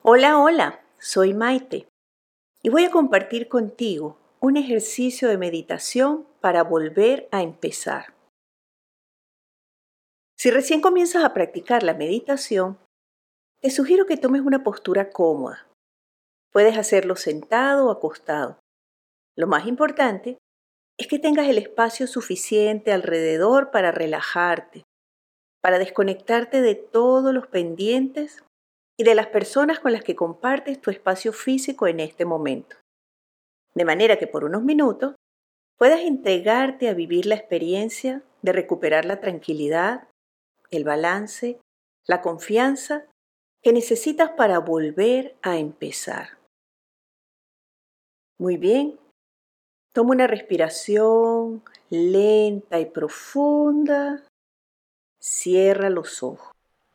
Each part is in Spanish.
Hola, hola, soy Maite y voy a compartir contigo un ejercicio de meditación para volver a empezar. Si recién comienzas a practicar la meditación, te sugiero que tomes una postura cómoda. Puedes hacerlo sentado o acostado. Lo más importante es que tengas el espacio suficiente alrededor para relajarte, para desconectarte de todos los pendientes y de las personas con las que compartes tu espacio físico en este momento. De manera que por unos minutos puedas entregarte a vivir la experiencia de recuperar la tranquilidad, el balance, la confianza que necesitas para volver a empezar. Muy bien, toma una respiración lenta y profunda. Cierra los ojos.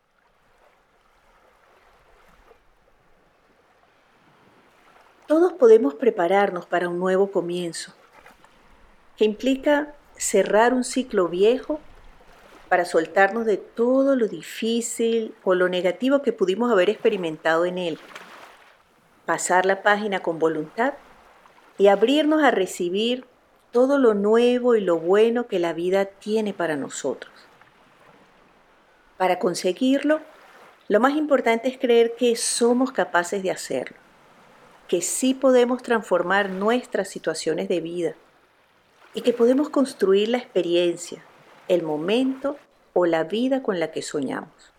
Todos podemos prepararnos para un nuevo comienzo, que implica cerrar un ciclo viejo para soltarnos de todo lo difícil o lo negativo que pudimos haber experimentado en él, pasar la página con voluntad y abrirnos a recibir todo lo nuevo y lo bueno que la vida tiene para nosotros. Para conseguirlo, lo más importante es creer que somos capaces de hacerlo, que sí podemos transformar nuestras situaciones de vida y que podemos construir la experiencia, el momento o la vida con la que soñamos.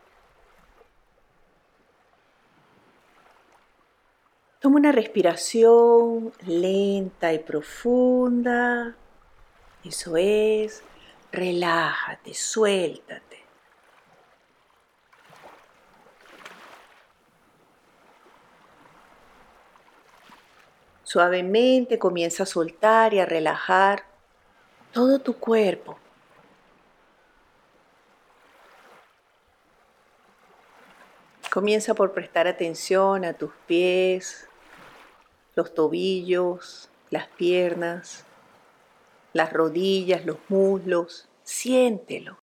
Toma una respiración lenta y profunda. Eso es. Relájate, suéltate. Suavemente comienza a soltar y a relajar todo tu cuerpo. Comienza por prestar atención a tus pies, los tobillos, las piernas, las rodillas, los muslos. Siéntelo.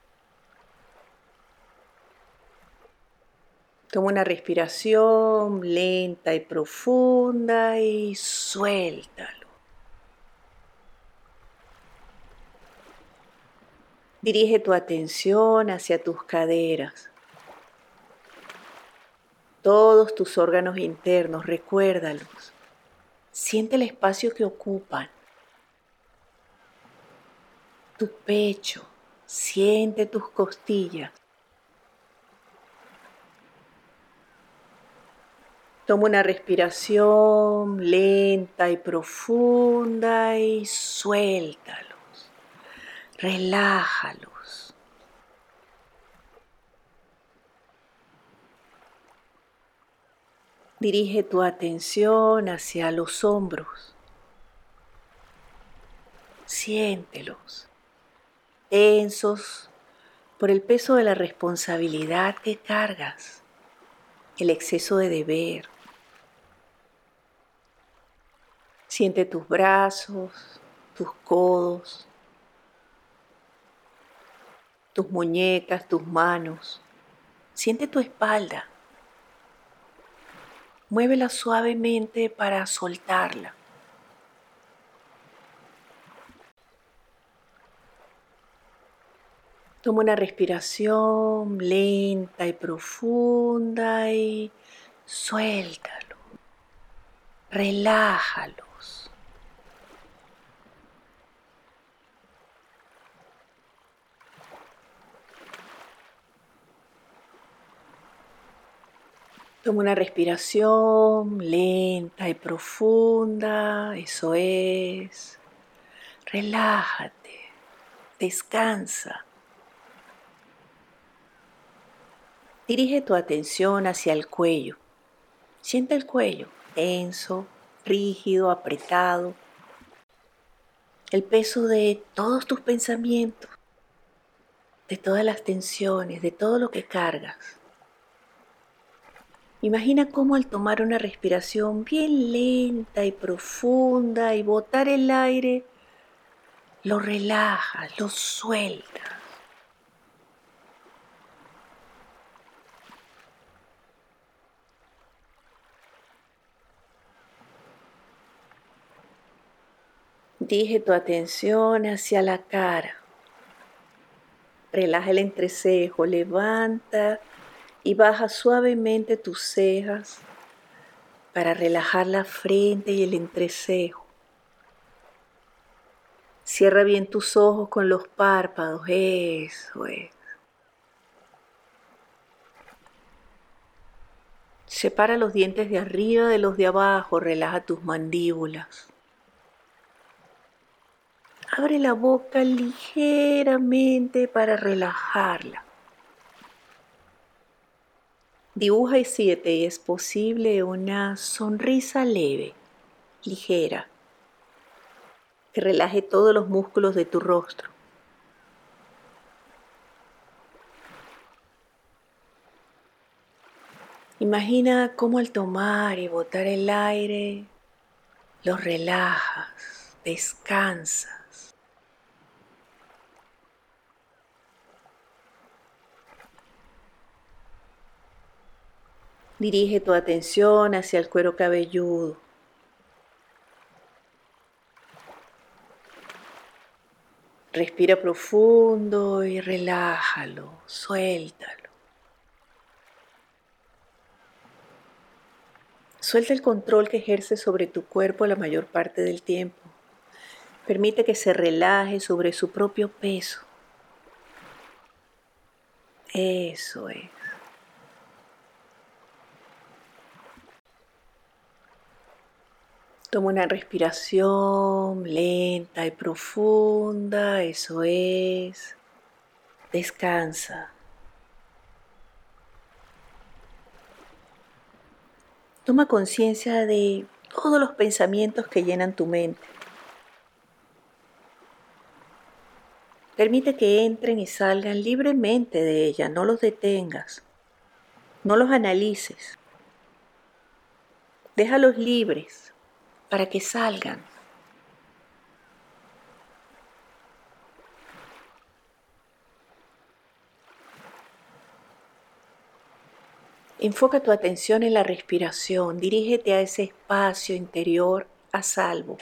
Toma una respiración lenta y profunda y suéltalo. Dirige tu atención hacia tus caderas. Todos tus órganos internos, recuérdalos. Siente el espacio que ocupan. Tu pecho, siente tus costillas. Toma una respiración lenta y profunda y suéltalos. Relájalos. Dirige tu atención hacia los hombros. Siéntelos, tensos por el peso de la responsabilidad que cargas, el exceso de deber. Siente tus brazos, tus codos, tus muñecas, tus manos. Siente tu espalda. Muévela suavemente para soltarla. Toma una respiración lenta y profunda y suéltalo. Relájalos. Toma una respiración lenta y profunda. Eso es. Relájate. Descansa. Dirige tu atención hacia el cuello. Siente el cuello tenso, rígido, apretado. El peso de todos tus pensamientos, de todas las tensiones, de todo lo que cargas. Imagina cómo al tomar una respiración bien lenta y profunda y botar el aire, lo relajas, lo sueltas. Dirige tu atención hacia la cara. Relaja el entrecejo, levanta y baja suavemente tus cejas para relajar la frente y el entrecejo. Cierra bien tus ojos con los párpados, eso es. Separa los dientes de arriba de los de abajo, relaja tus mandíbulas. Abre la boca ligeramente para relajarla. Dibuja si te es posible una sonrisa leve, ligera, que relaje todos los músculos de tu rostro. Imagina cómo al tomar y botar el aire, los relajas, descansas. Dirige tu atención hacia el cuero cabelludo. Respira profundo y relájalo, suéltalo. Suelta el control que ejerces sobre tu cuerpo la mayor parte del tiempo. Permite que se relaje sobre su propio peso. Eso es. Toma una respiración lenta y profunda, eso es. Descansa. Toma conciencia de todos los pensamientos que llenan tu mente. Permite que entren y salgan libremente de ella, no los detengas, no los analices. Déjalos libres para que salgan. Enfoca tu atención en la respiración, dirígete a ese espacio interior a salvo,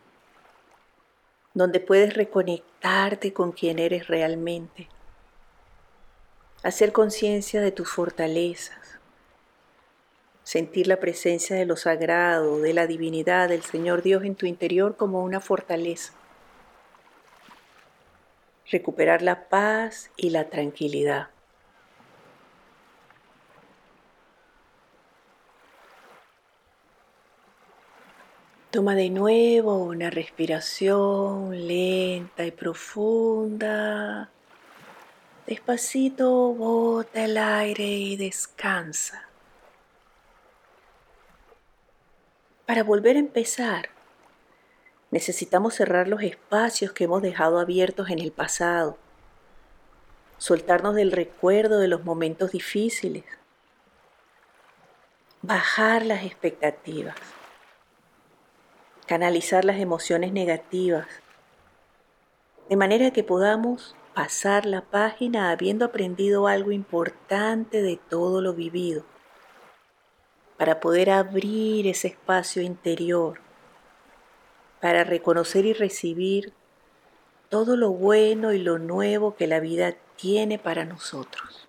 donde puedes reconectarte con quien eres realmente, hacer conciencia de tus fortalezas, sentir la presencia de lo sagrado, de la divinidad, del Señor Dios en tu interior como una fortaleza, recuperar la paz y la tranquilidad. Toma de nuevo una respiración lenta y profunda. Despacito bota el aire y descansa. Para volver a empezar, necesitamos cerrar los espacios que hemos dejado abiertos en el pasado, soltarnos del recuerdo de los momentos difíciles, bajar las expectativas, canalizar las emociones negativas, de manera que podamos pasar la página habiendo aprendido algo importante de todo lo vivido, para poder abrir ese espacio interior, para reconocer y recibir todo lo bueno y lo nuevo que la vida tiene para nosotros.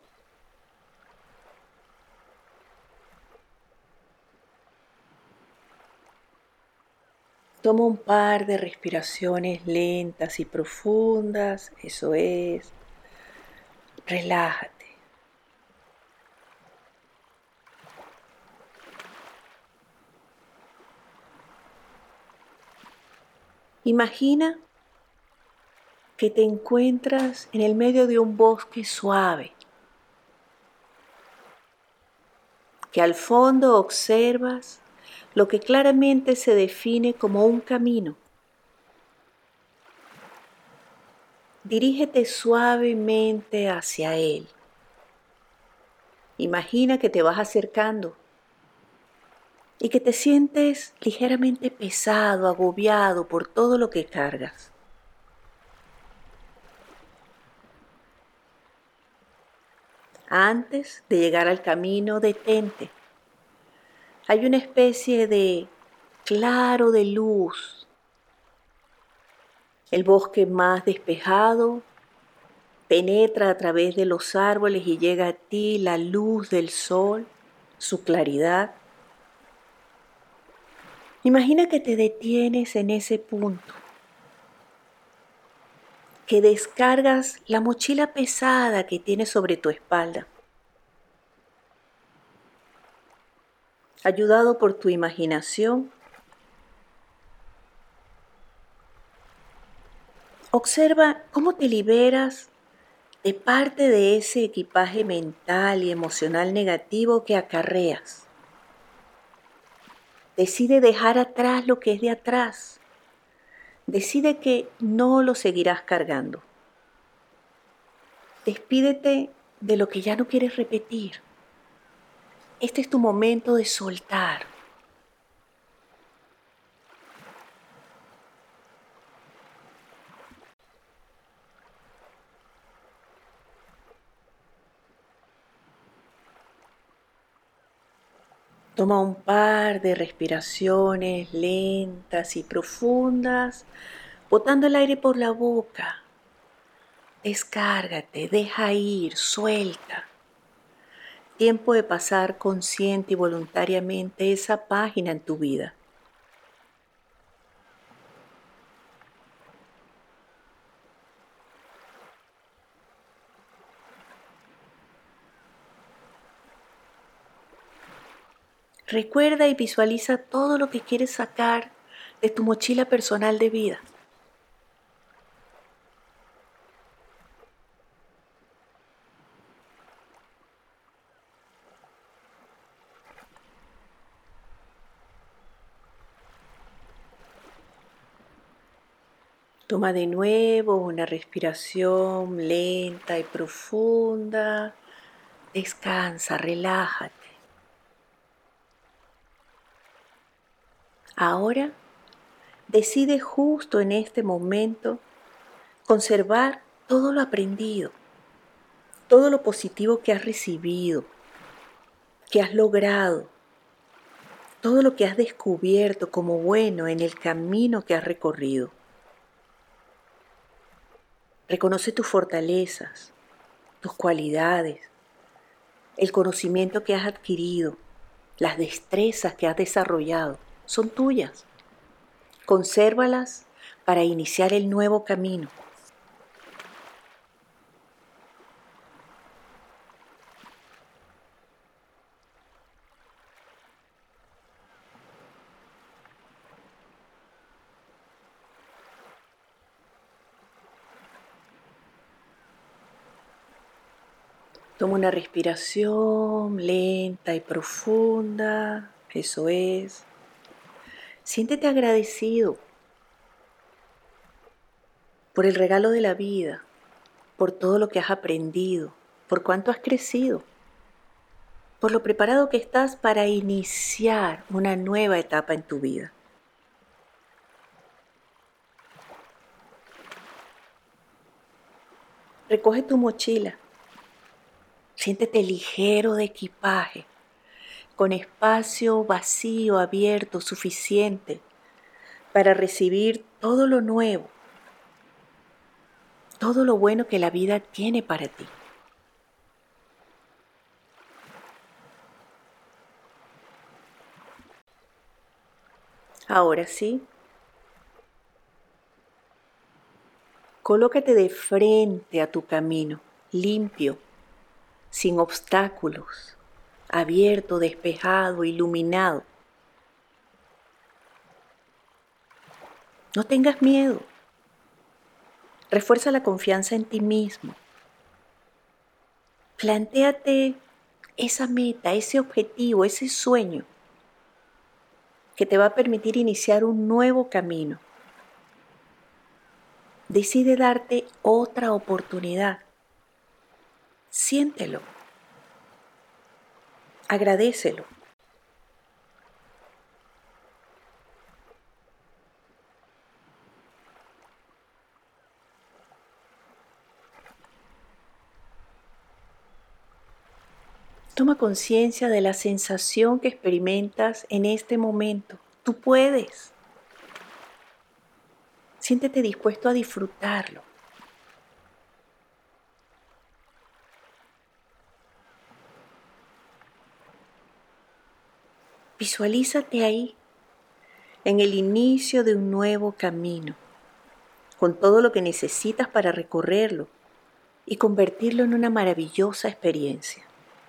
Toma un par de respiraciones lentas y profundas, eso es. Relájate. Imagina que te encuentras en el medio de un bosque suave, que al fondo observas lo que claramente se define como un camino. Dirígete suavemente hacia él. Imagina que te vas acercando y que te sientes ligeramente pesado, agobiado por todo lo que cargas. Antes de llegar al camino, detente. Hay una especie de claro de luz El bosque más despejado penetra a través de los árboles y llega a ti la luz del sol, su claridad. Imagina que te detienes en ese punto, que descargas la mochila pesada que tienes sobre tu espalda. Ayudado por tu imaginación, observa cómo te liberas de parte de ese equipaje mental y emocional negativo que acarreas. Decide dejar atrás lo que es de atrás. Decide que no lo seguirás cargando. Despídete de lo que ya no quieres repetir. Este es tu momento de soltar. Toma un par de respiraciones lentas y profundas, botando el aire por la boca. Descárgate, deja ir, suelta. Tiempo de pasar consciente y voluntariamente esa página en tu vida. Recuerda y visualiza todo lo que quieres sacar de tu mochila personal de vida. Toma de nuevo una respiración lenta y profunda. Descansa, relájate. Ahora decide justo en este momento conservar todo lo aprendido, todo lo positivo que has recibido, que has logrado, todo lo que has descubierto como bueno en el camino que has recorrido. Reconoce tus fortalezas, tus cualidades, el conocimiento que has adquirido, las destrezas que has desarrollado, son tuyas. Consérvalas para iniciar el nuevo camino. Toma una respiración lenta y profunda. Eso es. Siéntete agradecido por el regalo de la vida, por todo lo que has aprendido, por cuánto has crecido, por lo preparado que estás para iniciar una nueva etapa en tu vida. Recoge tu mochila. Siéntete ligero de equipaje, con espacio vacío, abierto, suficiente para recibir todo lo nuevo, todo lo bueno que la vida tiene para ti. Ahora sí, colócate de frente a tu camino, limpio, sin obstáculos, abierto, despejado, iluminado. No tengas miedo. Refuerza la confianza en ti mismo. Plantéate esa meta, ese objetivo, ese sueño que te va a permitir iniciar un nuevo camino. Decide darte otra oportunidad. Siéntelo. Agradécelo. Toma conciencia de la sensación que experimentas en este momento. Tú puedes. Siéntete dispuesto a disfrutarlo. Visualízate ahí, en el inicio de un nuevo camino, con todo lo que necesitas para recorrerlo y convertirlo en una maravillosa experiencia.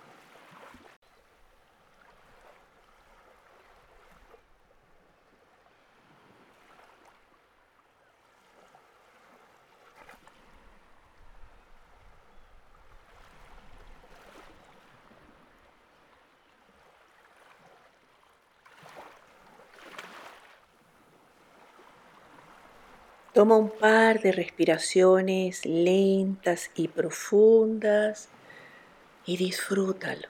Toma un par de respiraciones lentas y profundas y disfrútalo.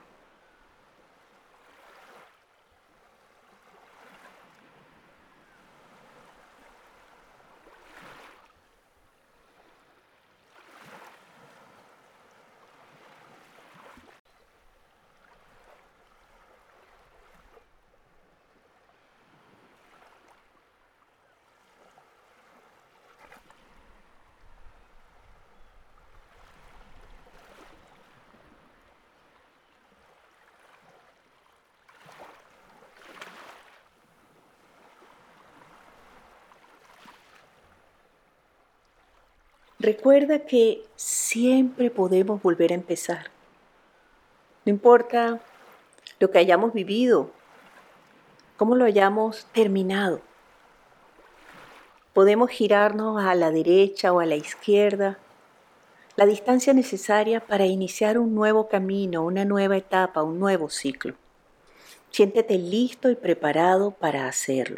Recuerda que siempre podemos volver a empezar. No importa lo que hayamos vivido, cómo lo hayamos terminado. Podemos girarnos a la derecha o a la izquierda, la distancia necesaria para iniciar un nuevo camino, una nueva etapa, un nuevo ciclo. Siéntete listo y preparado para hacerlo.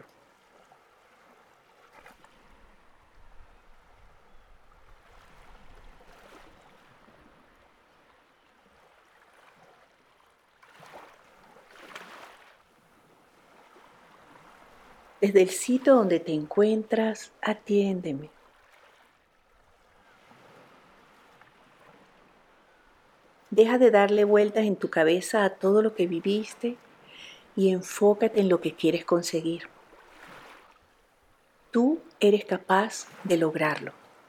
Desde el sitio donde te encuentras, atiéndeme. Deja de darle vueltas en tu cabeza a todo lo que viviste y enfócate en lo que quieres conseguir. Tú eres capaz de lograrlo.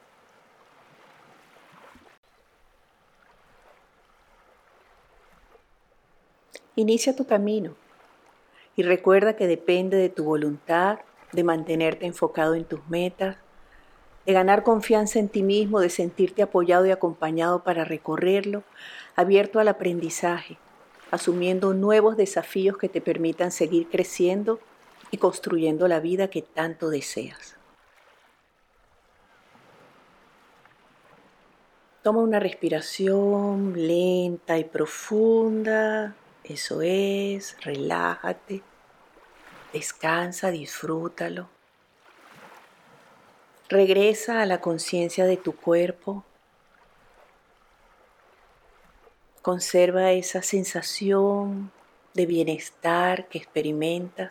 Inicia tu camino y recuerda que depende de tu voluntad, de mantenerte enfocado en tus metas, de ganar confianza en ti mismo, de sentirte apoyado y acompañado para recorrerlo, abierto al aprendizaje, asumiendo nuevos desafíos que te permitan seguir creciendo y construyendo la vida que tanto deseas. Toma una respiración lenta y profunda. Eso es, relájate, descansa, disfrútalo. Regresa a la conciencia de tu cuerpo. Conserva esa sensación de bienestar que experimentas.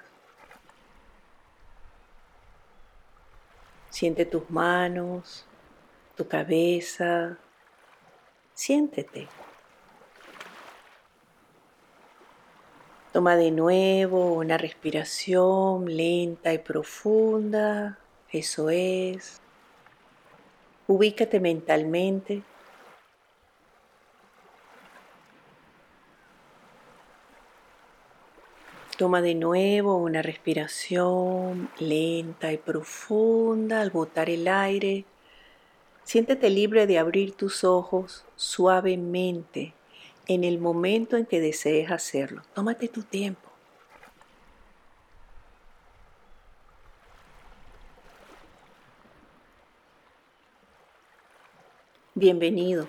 Siente tus manos, tu cabeza. Siéntete. Toma de nuevo una respiración lenta y profunda. Eso es. Ubícate mentalmente. Toma de nuevo una respiración lenta y profunda. Al botar el aire, siéntete libre de abrir tus ojos suavemente en el momento en que desees hacerlo. Tómate tu tiempo. Bienvenido.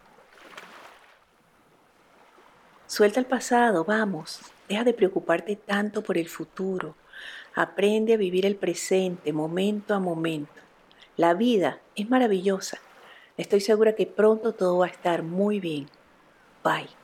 Suelta el pasado, vamos. Deja de preocuparte tanto por el futuro. Aprende a vivir el presente, momento a momento. La vida es maravillosa. Estoy segura que pronto todo va a estar muy bien. Bye.